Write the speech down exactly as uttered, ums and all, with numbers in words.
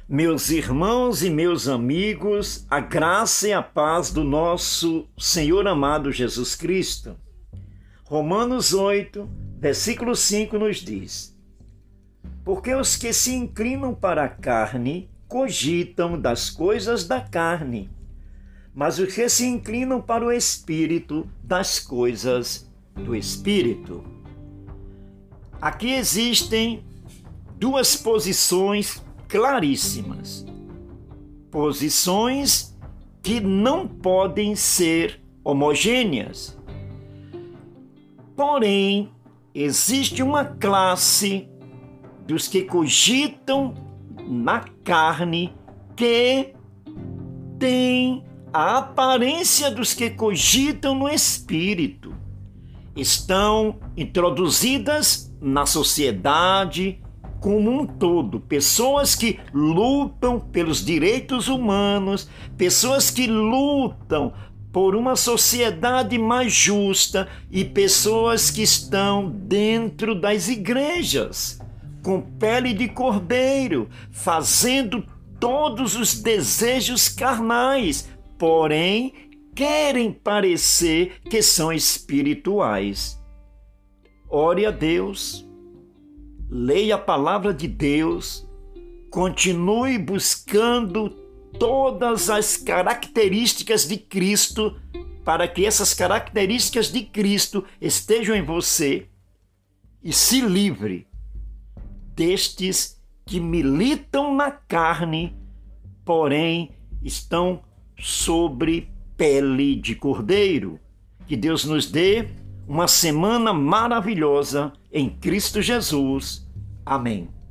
Meus irmãos e meus amigos, a graça e a paz do nosso Senhor amado Jesus Cristo. Romanos oito, versículo cinco nos diz: Porque os que se inclinam para a carne cogitam das coisas da carne, mas os que se inclinam para o Espírito, das coisas do Espírito. Aqui existem duas posições claríssimas. Posições que não podem ser homogêneas. Porém, existe uma classe dos que cogitam na carne que tem a aparência dos que cogitam no espírito. Estão introduzidas na sociedade como um todo, pessoas que lutam pelos direitos humanos, pessoas que lutam por uma sociedade mais justa e pessoas que estão dentro das igrejas, com pele de cordeiro, fazendo todos os desejos carnais, porém querem parecer que são espirituais. Ore a Deus, leia a palavra de Deus, continue buscando todas as características de Cristo, para que essas características de Cristo estejam em você e se livre destes que militam na carne, porém estão sobre pele de cordeiro. Que Deus nos dê uma semana maravilhosa em Cristo Jesus. Amém.